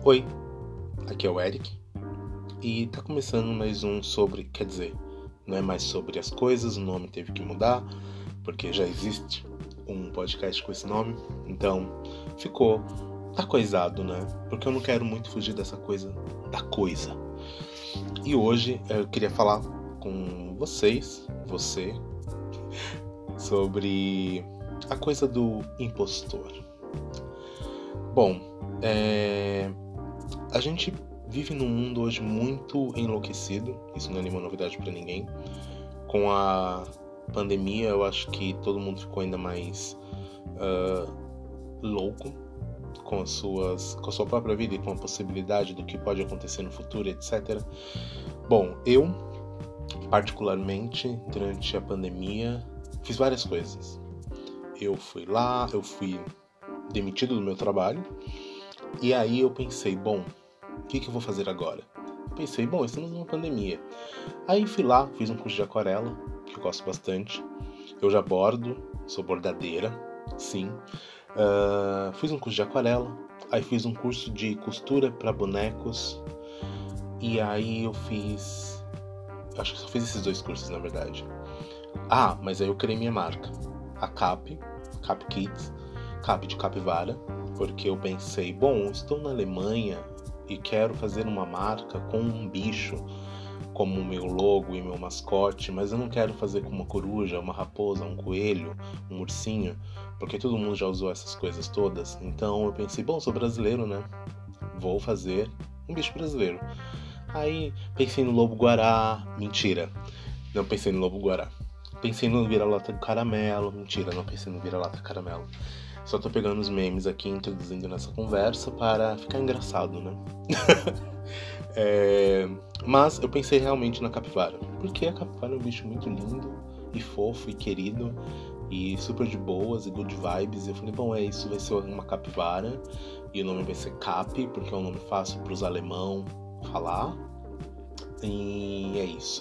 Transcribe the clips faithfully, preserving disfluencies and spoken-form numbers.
Oi, aqui é o Eric e tá começando mais um sobre, quer dizer, não é mais sobre as coisas, o nome teve que mudar, porque já existe um podcast com esse nome, então ficou, tá coisado, né? Porque eu não quero muito fugir dessa coisa da coisa. E hoje eu queria falar com vocês, você, sobre a coisa do impostor. Bom, é... a gente vive num mundo hoje muito enlouquecido, isso não é nenhuma novidade pra ninguém. Com a pandemia, eu acho que todo mundo ficou ainda mais uh, louco com as suas, com a sua própria vida e com a possibilidade do que pode acontecer no futuro, etcétera. Bom, eu, particularmente, durante a pandemia, fiz várias coisas. Eu fui lá, eu fui demitido do meu trabalho, e aí eu pensei, bom, o que, que eu vou fazer agora? Eu pensei, bom, estamos numa pandemia. Aí fui lá, fiz um curso de aquarela, que eu gosto bastante. Eu já bordo, sou bordadeira, sim. Uh, fiz um curso de aquarela, aí fiz um curso de costura para bonecos, e aí eu fiz... acho que só fiz esses dois cursos, na verdade. Ah, mas aí eu criei minha marca, a Cap, Cap Kids, Cap de capivara, porque eu pensei, bom, estou na Alemanha e quero fazer uma marca com um bicho como o meu logo e meu mascote, mas eu não quero fazer com uma coruja, uma raposa, um coelho, um ursinho, porque todo mundo já usou essas coisas todas. Então eu pensei, bom, sou brasileiro, né? Vou fazer um bicho brasileiro. Aí pensei no lobo-guará, mentira, não pensei no lobo-guará. Pensei no vira-lata de caramelo, mentira, não pensei no vira-lata de caramelo. Só tô pegando os memes aqui, introduzindo nessa conversa para ficar engraçado, né? é... Mas eu pensei realmente na capivara, porque a capivara é um bicho muito lindo e fofo e querido e super de boas e good vibes. E eu falei, bom, é isso, vai ser uma capivara e o nome vai ser Cap, porque é um nome fácil pros alemão falar. E é isso.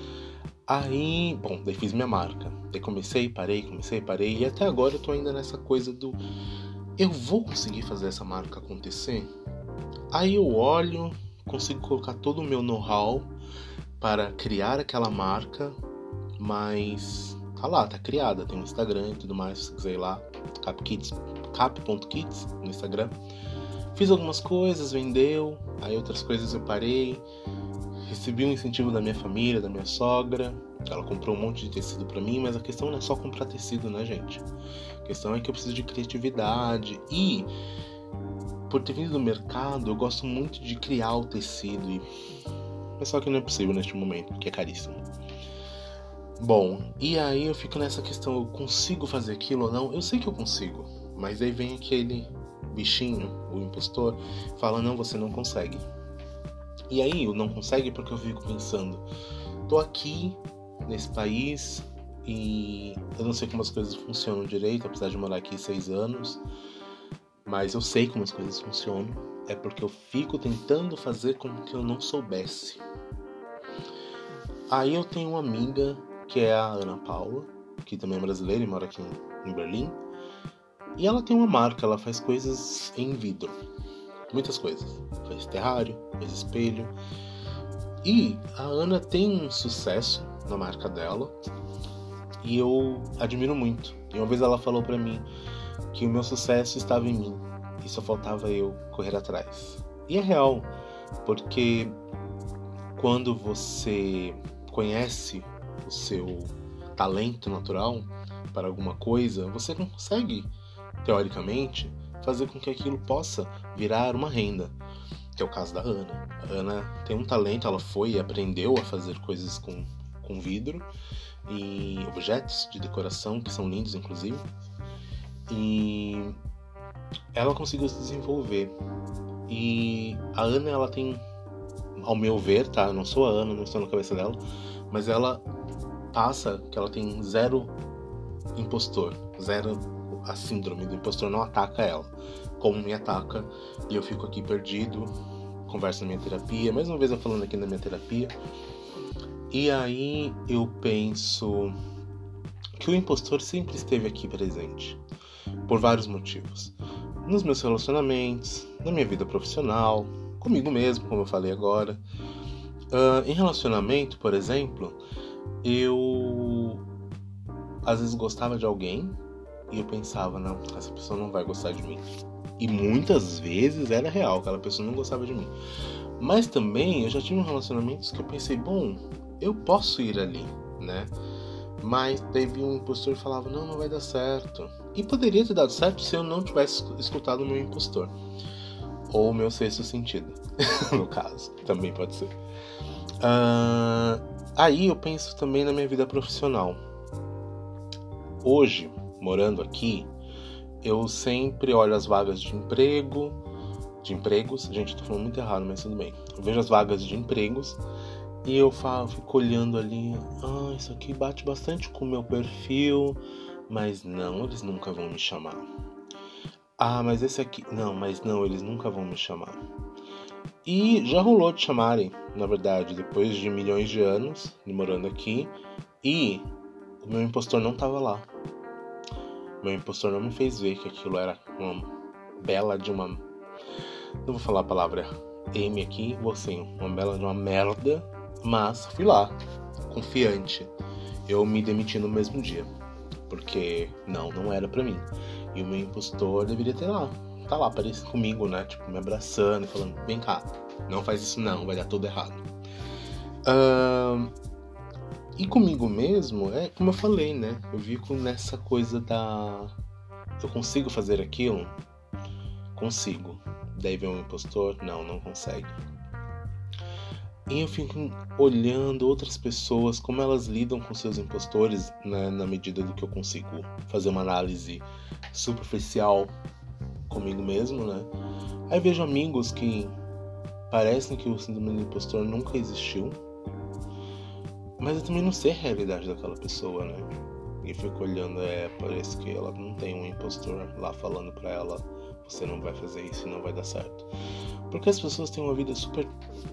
Aí, bom, daí fiz minha marca. Daí comecei, parei, comecei, parei. E até agora eu tô ainda nessa coisa do... eu vou conseguir fazer essa marca acontecer? Aí eu olho, consigo colocar todo o meu know-how para criar aquela marca, mas tá lá, tá criada. Tem um Instagram e tudo mais, se você quiser ir lá. Capkids, cap ponto kids no Instagram. Fiz algumas coisas, vendeu. Aí outras coisas eu parei. Recebi um incentivo da minha família, da minha sogra. Ela comprou um monte de tecido pra mim, mas a questão não é só comprar tecido, né, gente? A questão é que eu preciso de criatividade. E, por ter vindo do mercado, eu gosto muito de criar o tecido. E... mas só que não é possível neste momento, porque é caríssimo. Bom, e aí eu fico nessa questão, eu consigo fazer aquilo ou não? Eu sei que eu consigo, mas aí vem aquele bichinho, o impostor, fala, não, você não consegue. E aí eu não consegue porque eu fico pensando, tô aqui nesse país e eu não sei como as coisas funcionam direito, apesar de morar aqui seis anos, mas eu sei como as coisas funcionam, é porque eu fico tentando fazer como que eu não soubesse. Aí eu tenho uma amiga que é a Ana Paula, que também é brasileira e mora aqui em Berlim, e ela tem uma marca, ela faz coisas em vidro. Muitas coisas. Faz terrário, faz espelho. E a Ana tem um sucesso na marca dela. E eu admiro muito. E uma vez ela falou pra mim que o meu sucesso estava em mim. E só faltava eu correr atrás. E é real. Porque quando você conhece o seu talento natural para alguma coisa, você consegue, teoricamente, fazer com que aquilo possa virar uma renda, que é o caso da Ana. A Ana tem um talento, ela foi e aprendeu a fazer coisas com, com vidro e objetos de decoração, que são lindos, inclusive, e ela conseguiu se desenvolver. E a Ana, ela tem, ao meu ver, tá? Eu não sou a Ana, não estou na cabeça dela, mas ela passa que ela tem zero impostor, zero. A síndrome do impostor não ataca ela, como me ataca, e eu fico aqui perdido, converso na minha terapia, mais uma vez eu falando aqui na minha terapia, e aí eu penso que o impostor sempre esteve aqui presente, por vários motivos. nos meus relacionamentos, na minha vida profissional, comigo mesmo, como eu falei agora. Uh, em relacionamento, por exemplo, eu às vezes gostava de alguém e eu pensava, não, essa pessoa não vai gostar de mim. E muitas vezes era real, aquela pessoa não gostava de mim. Mas também eu já tive relacionamentos que eu pensei, bom, eu posso ir ali, né? Mas teve um impostor que falava, não, não vai dar certo. E poderia ter dado certo se eu não tivesse escutado o meu impostor. Ou o meu sexto sentido, no caso, também pode ser. Uh, aí eu penso também na minha vida profissional. Hoje, morando aqui, eu sempre olho as vagas de emprego, de empregos, gente, eu tô falando muito errado, mas tudo bem. Eu vejo as vagas de empregos e eu falo, fico olhando ali, ah, isso aqui bate bastante com o meu perfil, mas não, eles nunca vão me chamar. Ah, mas esse aqui, não, mas não, eles nunca vão me chamar. E já rolou de chamarem, na verdade, depois de milhões de anos de morando aqui, e o meu impostor não tava lá. Meu impostor não me fez ver que aquilo era uma bela de uma... Não vou falar a palavra M aqui, vou assim, uma bela de uma merda, mas fui lá, confiante. Eu me demiti no mesmo dia, porque não, não era pra mim. E o meu impostor deveria ter lá, tá lá, aparecendo comigo, né, tipo, me abraçando e falando, vem cá, não faz isso não, vai dar tudo errado. Uh, e comigo mesmo, é como eu falei, né, eu fico nessa coisa da... Eu consigo fazer aquilo? Consigo. Daí vem um impostor? Não, não consegue. E eu fico olhando outras pessoas, como elas lidam com seus impostores, né, na medida do que eu consigo fazer uma análise superficial comigo mesmo, né? Aí vejo amigos que parecem que o síndrome do impostor nunca existiu, mas eu também não sei a realidade daquela pessoa, né? E fico olhando, é, parece que ela não tem um impostor lá falando pra ela, você não vai fazer isso e não vai dar certo. Porque as pessoas têm uma vida super...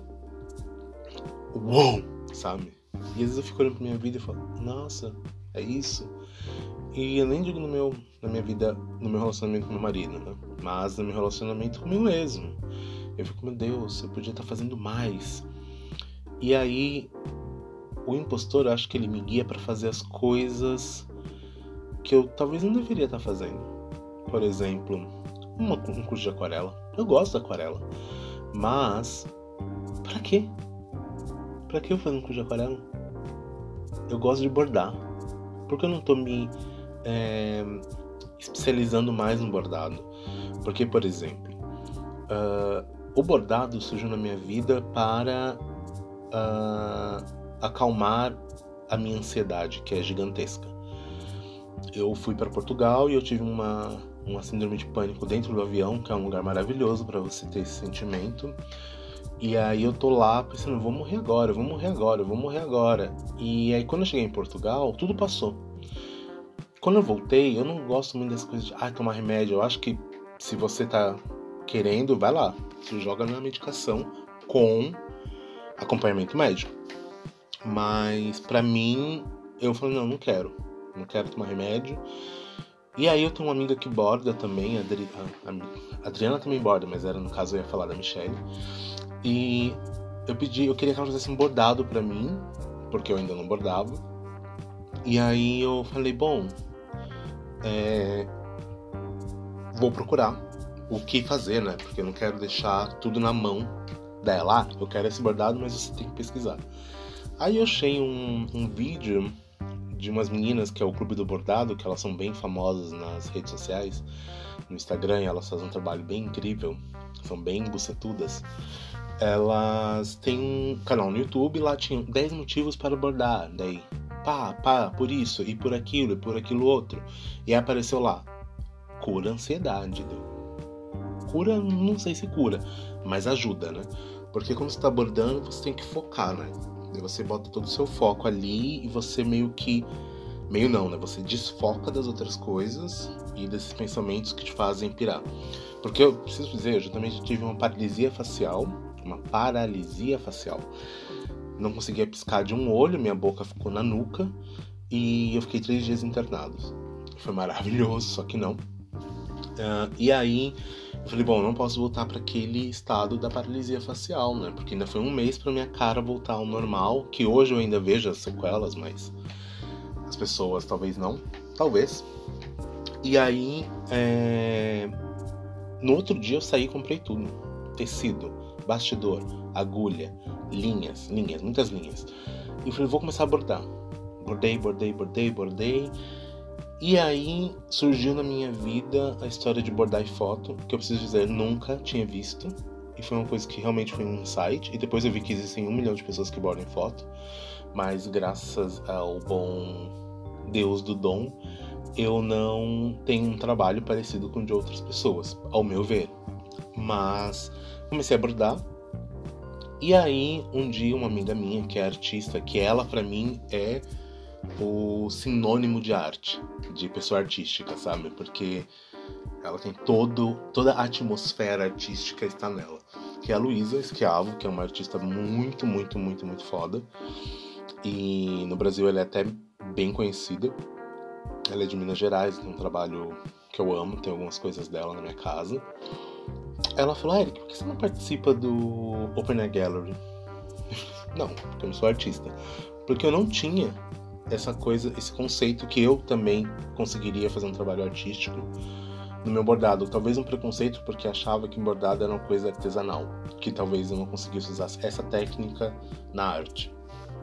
Uou! Sabe? E às vezes eu fico olhando pra minha vida e falo, nossa, é isso? E eu nem digo no meu, na minha vida, no meu relacionamento com meu marido, né? Mas no meu relacionamento comigo mesmo. Eu fico, meu Deus, eu podia estar fazendo mais. E aí, o impostor, eu acho que ele me guia pra fazer as coisas que eu talvez não deveria estar fazendo. Por exemplo, uma, um curso de aquarela. Eu gosto da aquarela. Mas, pra quê? Pra que eu fazer um curso de aquarela? Eu gosto de bordar. Por que eu não tô me é, especializando mais no bordado? Porque, por exemplo, uh, o bordado surgiu na minha vida para uh, acalmar a minha ansiedade, que é gigantesca. Eu fui para Portugal e eu tive uma, uma síndrome de pânico dentro do avião, que é um lugar maravilhoso para você ter esse sentimento. E aí eu tô lá pensando, eu vou morrer agora, eu vou morrer agora, eu vou morrer agora. E aí quando eu cheguei em Portugal, tudo passou. Quando eu voltei, eu não gosto muito dessa coisa de ah, tomar remédio. Eu acho que se você tá querendo, vai lá. Se joga na medicação com acompanhamento médico. Mas pra mim, eu falei, não, não quero. Não quero tomar remédio. E aí eu tenho uma amiga que borda também, a, Adri... a, a Adriana também borda, mas era, no caso eu ia falar da Michelle. E eu pedi, eu queria que ela fizesse um bordado pra mim, porque eu ainda não bordava. E aí eu falei, bom, é... vou procurar o que fazer, né? Porque eu não quero deixar tudo na mão dela. Ah, eu quero esse bordado, mas você tem que pesquisar. Aí eu achei um, um vídeo de umas meninas que é o Clube do Bordado, que elas são bem famosas nas redes sociais, no Instagram, e elas fazem um trabalho bem incrível, são bem bucetudas. Elas têm um canal no YouTube, lá tinham dez motivos para bordar, daí pá, pá, por isso, e por aquilo, e por aquilo outro. E aí apareceu lá, cura ansiedade, deu. Cura, não sei se cura, mas ajuda, né? Porque quando você tá bordando, você tem que focar, né? E você bota todo o seu foco ali e você meio que... Meio não, né? Você desfoca das outras coisas e desses pensamentos que te fazem pirar. Porque eu preciso dizer, eu justamente tive uma paralisia facial, uma paralisia facial. Não conseguia piscar de um olho, minha boca ficou na nuca e eu fiquei três dias internado. Foi maravilhoso, só que não. Uh, e aí eu falei, bom, eu não posso voltar para aquele estado da paralisia facial, né? Porque ainda foi um mês para minha cara voltar ao normal, que hoje eu ainda vejo as sequelas, mas as pessoas talvez não, talvez. E aí, é... no outro dia eu saí e comprei tudo. Tecido, bastidor, agulha, linhas, linhas, muitas linhas. E falei, vou começar a bordar. Bordei, bordei, bordei, bordei. E aí surgiu na minha vida a história de bordar e foto, que eu preciso dizer, nunca tinha visto. E foi uma coisa que realmente foi um insight. E depois eu vi que existem um milhão de pessoas que bordam foto. Mas graças ao bom Deus do dom, eu não tenho um trabalho parecido com o de outras pessoas, ao meu ver. Mas comecei a bordar. E aí, um dia, uma amiga minha, que é artista, que ela, pra mim, é o sinônimo de arte, de pessoa artística, sabe? Porque ela tem todo, toda a atmosfera artística está nela. Que é a Luísa Schiavo, que é uma artista muito, muito, muito, muito foda. E no Brasil ela é até bem conhecida. Ela é de Minas Gerais, tem um trabalho que eu amo, tem algumas coisas dela na minha casa. Ela falou, Eric, por que você não participa do Open Air Gallery? Não, porque eu não sou artista. Porque eu não tinha essa coisa, esse conceito que eu também conseguiria fazer um trabalho artístico no meu bordado. Talvez um preconceito, porque achava que bordado era uma coisa artesanal, que talvez eu não conseguisse usar essa técnica na arte.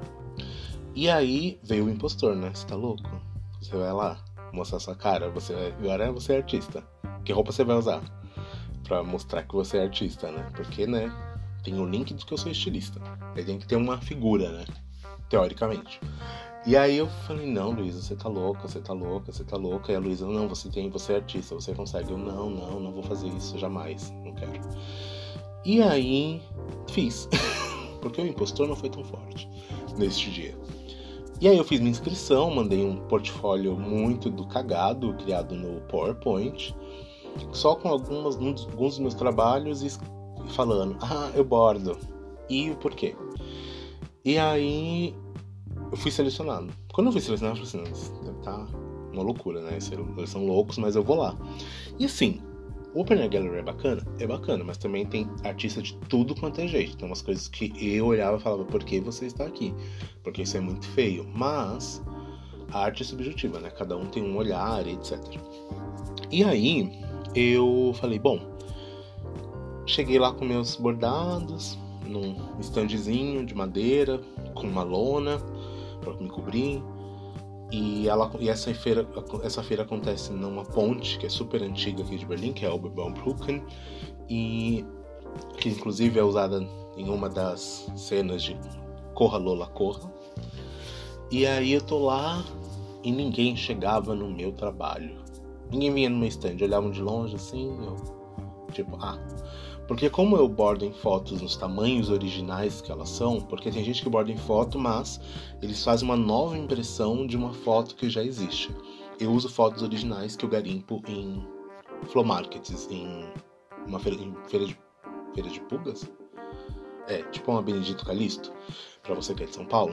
E aí veio o impostor, né? Você tá louco? Você vai lá mostrar sua cara, você vai... agora você é artista. Que roupa você vai usar? Pra mostrar que você é artista, né? Porque, né, tem o link de que eu sou estilista. Aí tem que ter uma figura, né? Teoricamente. E aí eu falei, não, Luísa, você tá louca, você tá louca, você tá louca. E a Luísa, não, você tem, você é artista, você consegue. Eu, não, não, não vou fazer isso, jamais, não quero. E aí, fiz. Porque o impostor não foi tão forte neste dia. E aí eu fiz minha inscrição, mandei um portfólio muito do cagado, criado no PowerPoint, só com algumas, alguns dos meus trabalhos e falando, ah, eu bordo. E o porquê? E aí eu fui selecionado. Quando eu fui selecionado, eu falei assim, deve tá uma loucura, né? Eles são loucos, mas eu vou lá. E assim, o Open Air Gallery é bacana? É bacana, mas também tem artista de tudo quanto é jeito. Tem umas coisas que eu olhava e falava, por que você está aqui? Porque isso é muito feio. Mas a arte é subjetiva, né? Cada um tem um olhar, etcétera. E aí, eu falei, bom, cheguei lá com meus bordados, num standzinho de madeira, com uma lona para me cobrir. E, ela, e essa, feira, essa feira acontece numa ponte que é super antiga aqui de Berlim, que é a Oberbaumbrücken, e que inclusive é usada em uma das cenas de Corra Lola Corra. E aí eu tô lá e ninguém chegava no meu trabalho. Ninguém vinha no meu stand, olhavam de longe assim, eu tipo, ah... Porque como eu bordo em fotos nos tamanhos originais que elas são, porque tem gente que borda em foto, mas eles fazem uma nova impressão de uma foto que já existe. Eu uso fotos originais que eu garimpo em flow markets, em uma feira, em feira, de, feira de pulgas. É, tipo uma Benedito Calixto, pra você que é de São Paulo.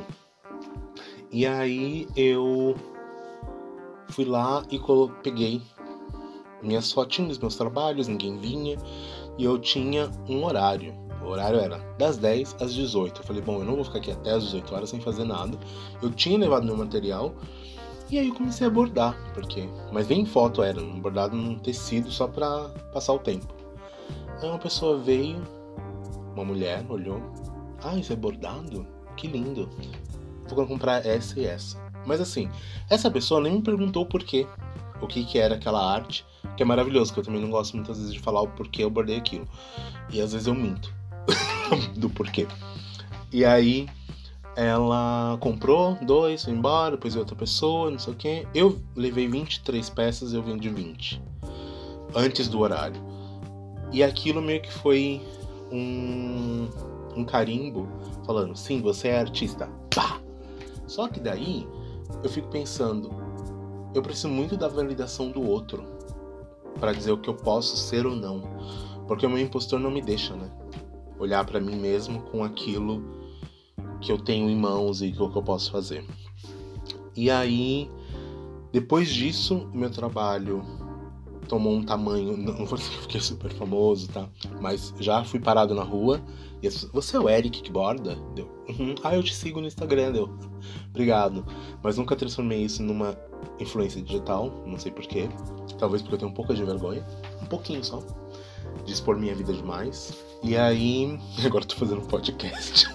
E aí eu fui lá e colo- peguei minhas fotinhas, meus trabalhos, ninguém vinha. E eu tinha um horário. O horário era das dez às dezoito. Eu falei, bom, eu não vou ficar aqui até às dezoito horas sem fazer nada. Eu tinha levado meu material. E aí eu comecei a bordar. Porque... Mas nem foto era, um bordado num tecido só pra passar o tempo. Aí uma pessoa veio, uma mulher, olhou. Ah, isso é bordado? Que lindo. Vou comprar essa e essa. Mas assim, essa pessoa nem me perguntou o porquê. O que que era aquela arte. Que é maravilhoso, que eu também não gosto muitas vezes de falar o porquê eu bordei aquilo. E às vezes eu minto do porquê. E aí ela comprou dois, foi embora, depois veio outra pessoa, não sei o que. Eu levei vinte e três peças, eu vendi vinte. Antes do horário. E aquilo meio que foi um, um carimbo falando, sim, você é artista. Pá! Só que daí eu fico pensando, eu preciso muito da validação do outro para dizer o que eu posso ser ou não, porque o meu impostor não me deixa, né, olhar para mim mesmo com aquilo que eu tenho em mãos e o que eu posso fazer. E aí, depois disso, meu trabalho tomou um tamanho... Não vou dizer que eu fiquei super famoso, tá? Mas já fui parado na rua e as pessoas, você é o Eric que borda? Deu. Uhum. Ah, eu te sigo no Instagram, deu. Obrigado. Mas nunca transformei isso numa influência digital, não sei porquê. Talvez porque eu tenho um pouco de vergonha. Um pouquinho só. De expor minha vida demais. E aí... Agora eu tô fazendo um podcast.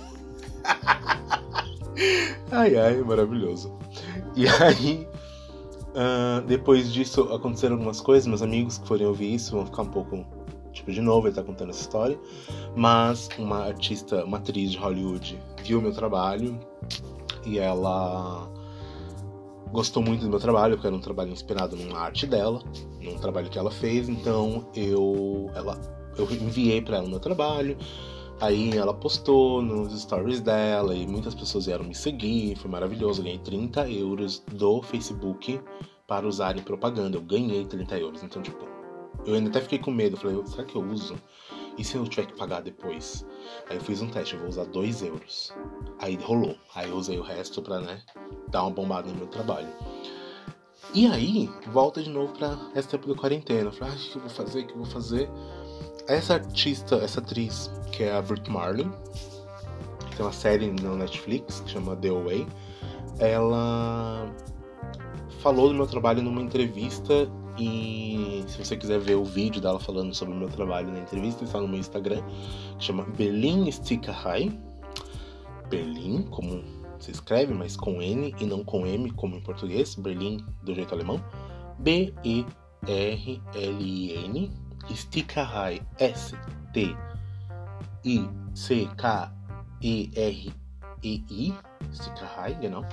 Ai, ai, maravilhoso. E aí... Uh, depois disso aconteceram algumas coisas. Meus amigos que forem ouvir isso vão ficar um pouco tipo, de novo, ele tá contando essa história. Mas uma artista, uma atriz de Hollywood viu meu trabalho e ela gostou muito do meu trabalho, porque era um trabalho inspirado numa arte dela, num trabalho que ela fez. Então eu, ela, eu enviei pra ela o meu trabalho. Aí ela postou nos stories dela e muitas pessoas vieram me seguir, foi maravilhoso. Eu ganhei trinta euros do Facebook para usar em propaganda. Eu ganhei trinta euros, então tipo, eu ainda até fiquei com medo. Eu falei, será que eu uso? E se eu tiver que pagar depois? Aí eu fiz um teste, eu vou usar dois euros. Aí rolou, aí eu usei o resto pra, né, dar uma bombada no meu trabalho. E aí, volta de novo pra essa tempo da quarentena. Eu falei, ah, o que eu vou fazer, o que eu vou fazer? Essa artista, essa atriz, que é a Brit Marley, que tem uma série na Netflix que chama The Away, ela falou do meu trabalho numa entrevista. E se você quiser ver o vídeo dela falando sobre o meu trabalho na entrevista, está no meu Instagram, que chama Berlin Stickerei. Berlim, como se escreve, mas com N e não com M, como em português. Berlim do jeito alemão. B E R L I N Stickerei, S T I C K E R E I, Stickerei, genau.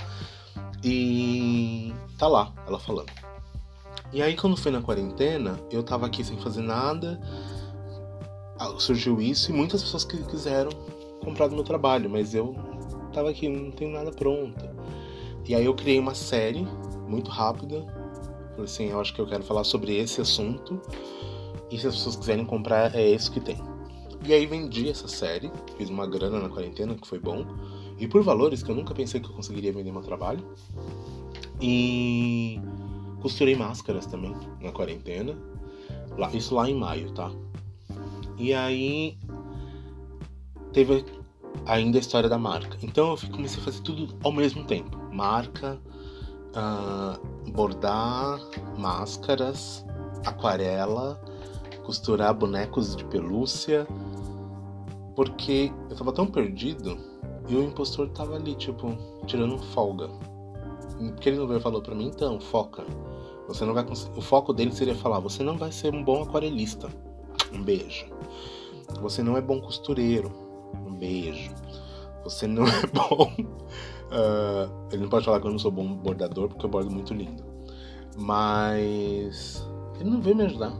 E tá lá, ela falando. E aí quando foi na quarentena, eu tava aqui sem fazer nada, surgiu isso e muitas pessoas que quiseram comprar do meu trabalho, mas eu tava aqui, não tenho nada pronto. E aí eu criei uma série muito rápida, falei assim, eu acho que eu quero falar sobre esse assunto. E se as pessoas quiserem comprar, é esse que tem. E aí vendi essa série, fiz uma grana na quarentena, que foi bom. E por valores que eu nunca pensei que eu conseguiria vender meu trabalho. E costurei máscaras também na quarentena. Isso lá em maio, tá? E aí teve ainda a história da marca. Então eu comecei a fazer tudo ao mesmo tempo. Marca, uh, bordar, máscaras, aquarela, costurar bonecos de pelúcia, porque eu tava tão perdido e o impostor tava ali, tipo, tirando folga. Porque ele não veio e falou pra mim, então, foca. Você não vai conseguir. O foco dele seria falar, você não vai ser um bom aquarelista. Um beijo. Você não é bom costureiro. Um beijo. Você não é bom... Uh, ele não pode falar que eu não sou bom bordador, porque eu bordo muito lindo. Mas... ele não veio me ajudar.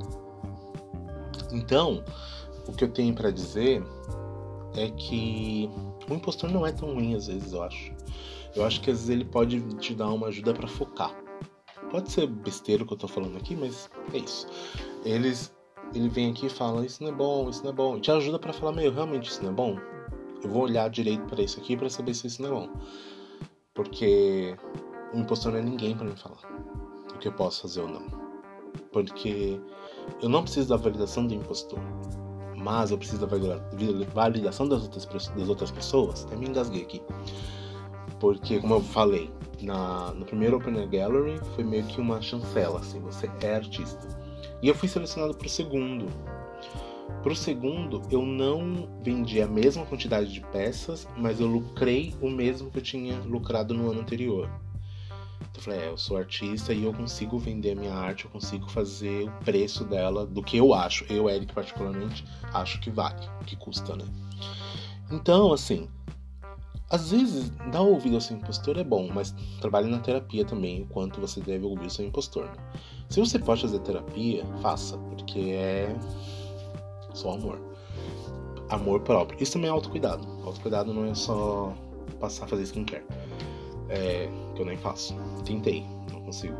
Então, o que eu tenho pra dizer é que o impostor não é tão ruim às vezes, eu acho. Eu acho que às vezes ele pode te dar uma ajuda pra focar. Pode ser besteira o que eu tô falando aqui, mas é isso. Eles, ele vem aqui e fala, isso não é bom, isso não é bom. E te ajuda pra falar, meu, realmente isso não é bom? Eu vou olhar direito pra isso aqui pra saber se isso não é bom. Porque o impostor não é ninguém pra me falar o que eu posso fazer ou não. Porque eu não preciso da validação do impostor, mas eu preciso da validação das outras, das outras pessoas. Até me engasguei aqui. Porque, como eu falei, na, no primeiro Open Air Gallery foi meio que uma chancela, assim, você é artista. E eu fui selecionado pro segundo. Pro segundo, eu não vendi a mesma quantidade de peças, mas eu lucrei o mesmo que eu tinha lucrado no ano anterior. Então eu falei, é, eu sou artista e eu consigo vender a minha arte, eu consigo fazer o preço dela do que eu acho. Eu, Eric, particularmente, acho que vale, que custa, né? Então, assim, às vezes, dar ouvido ao seu impostor é bom, mas trabalhe na terapia também, enquanto você deve ouvir o seu impostor, né? Se você pode fazer terapia, faça, porque é só amor. Amor próprio. Isso também é autocuidado. Autocuidado não é só passar a fazer skincare. É, que eu nem faço. Tentei, não consigo.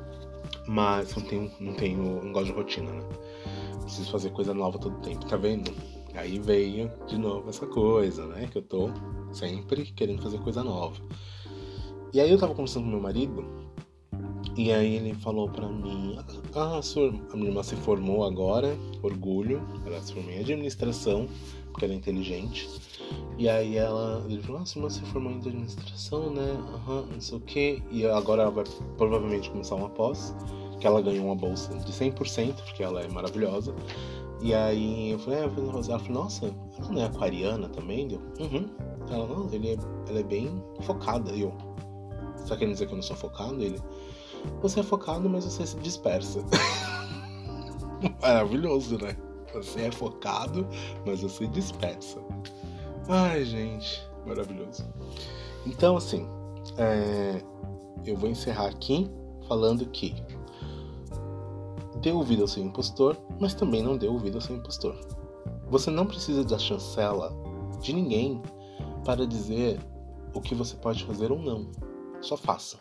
Mas não tenho, não tenho, não gosto de rotina, né? Preciso fazer coisa nova todo tempo, tá vendo? Aí veio de novo essa coisa, né? Que eu tô sempre querendo fazer coisa nova. E aí eu tava conversando com meu marido E aí ele falou pra mim, ah, a, sua, a minha irmã se formou agora, orgulho, ela se formou em administração, porque ela é inteligente. E aí ela, ele falou, ah, sua irmã se formou em administração, né, aham, uhum, não sei o que. E agora ela vai provavelmente começar uma pós, que ela ganhou uma bolsa de cem por cento, porque ela é maravilhosa. E aí eu falei, ah, ela falou, nossa, ela não é aquariana também? Deu, uhum. Ela, não, ele é, ela é bem focada. E eu, você tá querendo dizer que eu não sou focado? Ele, você é focado, mas você se dispersa. Maravilhoso, né? Você é focado, mas você dispersa. Ai, gente, maravilhoso. Então, assim, é, eu vou encerrar aqui falando que dê ouvido ao seu impostor, mas também não dê ouvido ao seu impostor. Você não precisa da chancela de ninguém para dizer o que você pode fazer ou não. Só faça.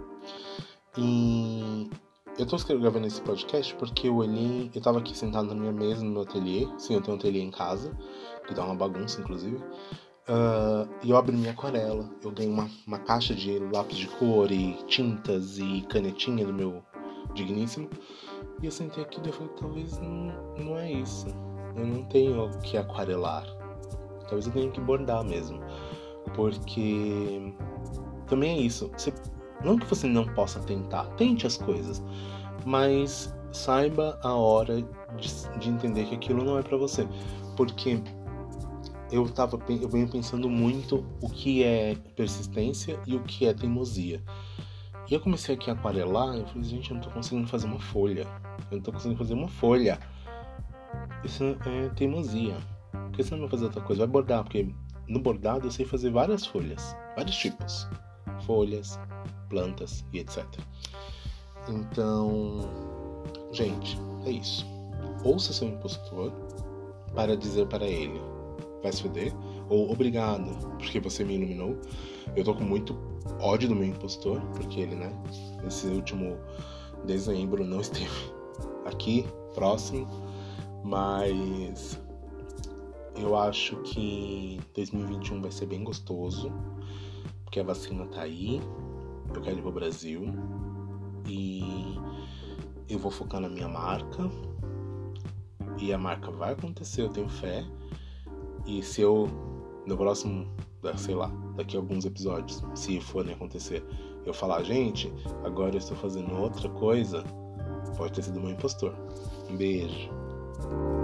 E eu tô gravando esse podcast porque eu olhei, eu tava aqui sentado na minha mesa, no meu ateliê. Sim, eu tenho um ateliê em casa, que tá uma bagunça, inclusive. Uh, e eu abri minha aquarela. Eu ganhei uma, uma caixa de lápis de cor e tintas e canetinha do meu digníssimo. E eu sentei aqui e eu falei, talvez não, não é isso. Eu não tenho que aquarelar. Talvez eu tenha que bordar mesmo. Porque também é isso. Você, não que você não possa tentar. Tente as coisas. Mas saiba a hora de, de entender que aquilo não é pra você. Porque eu, tava, eu venho pensando muito o que é persistência e o que é teimosia. E eu comecei aqui a aquarelar e eu falei, gente, eu não tô conseguindo fazer uma folha. Eu não tô conseguindo fazer uma folha. Isso é teimosia. Por que você não vai fazer outra coisa? Vai bordar, porque no bordado eu sei fazer várias folhas. Vários tipos. Folhas, plantas e etcétera. Então, gente, é isso. Ouça seu impostor para dizer para ele, vai se fuder, ou obrigado, porque você me iluminou. Eu tô com muito ódio do meu impostor, porque ele, né, nesse último dezembro não esteve aqui, próximo, mas eu acho que dois mil e vinte e um vai ser bem gostoso, porque a vacina tá aí, eu quero ir pro Brasil, e eu vou focar na minha marca, e a marca vai acontecer, eu tenho fé, e se eu, no próximo, sei lá, daqui a alguns episódios, se forem acontecer, eu falar, gente, agora eu estou fazendo outra coisa, pode ter sido meu impostor. Um beijo.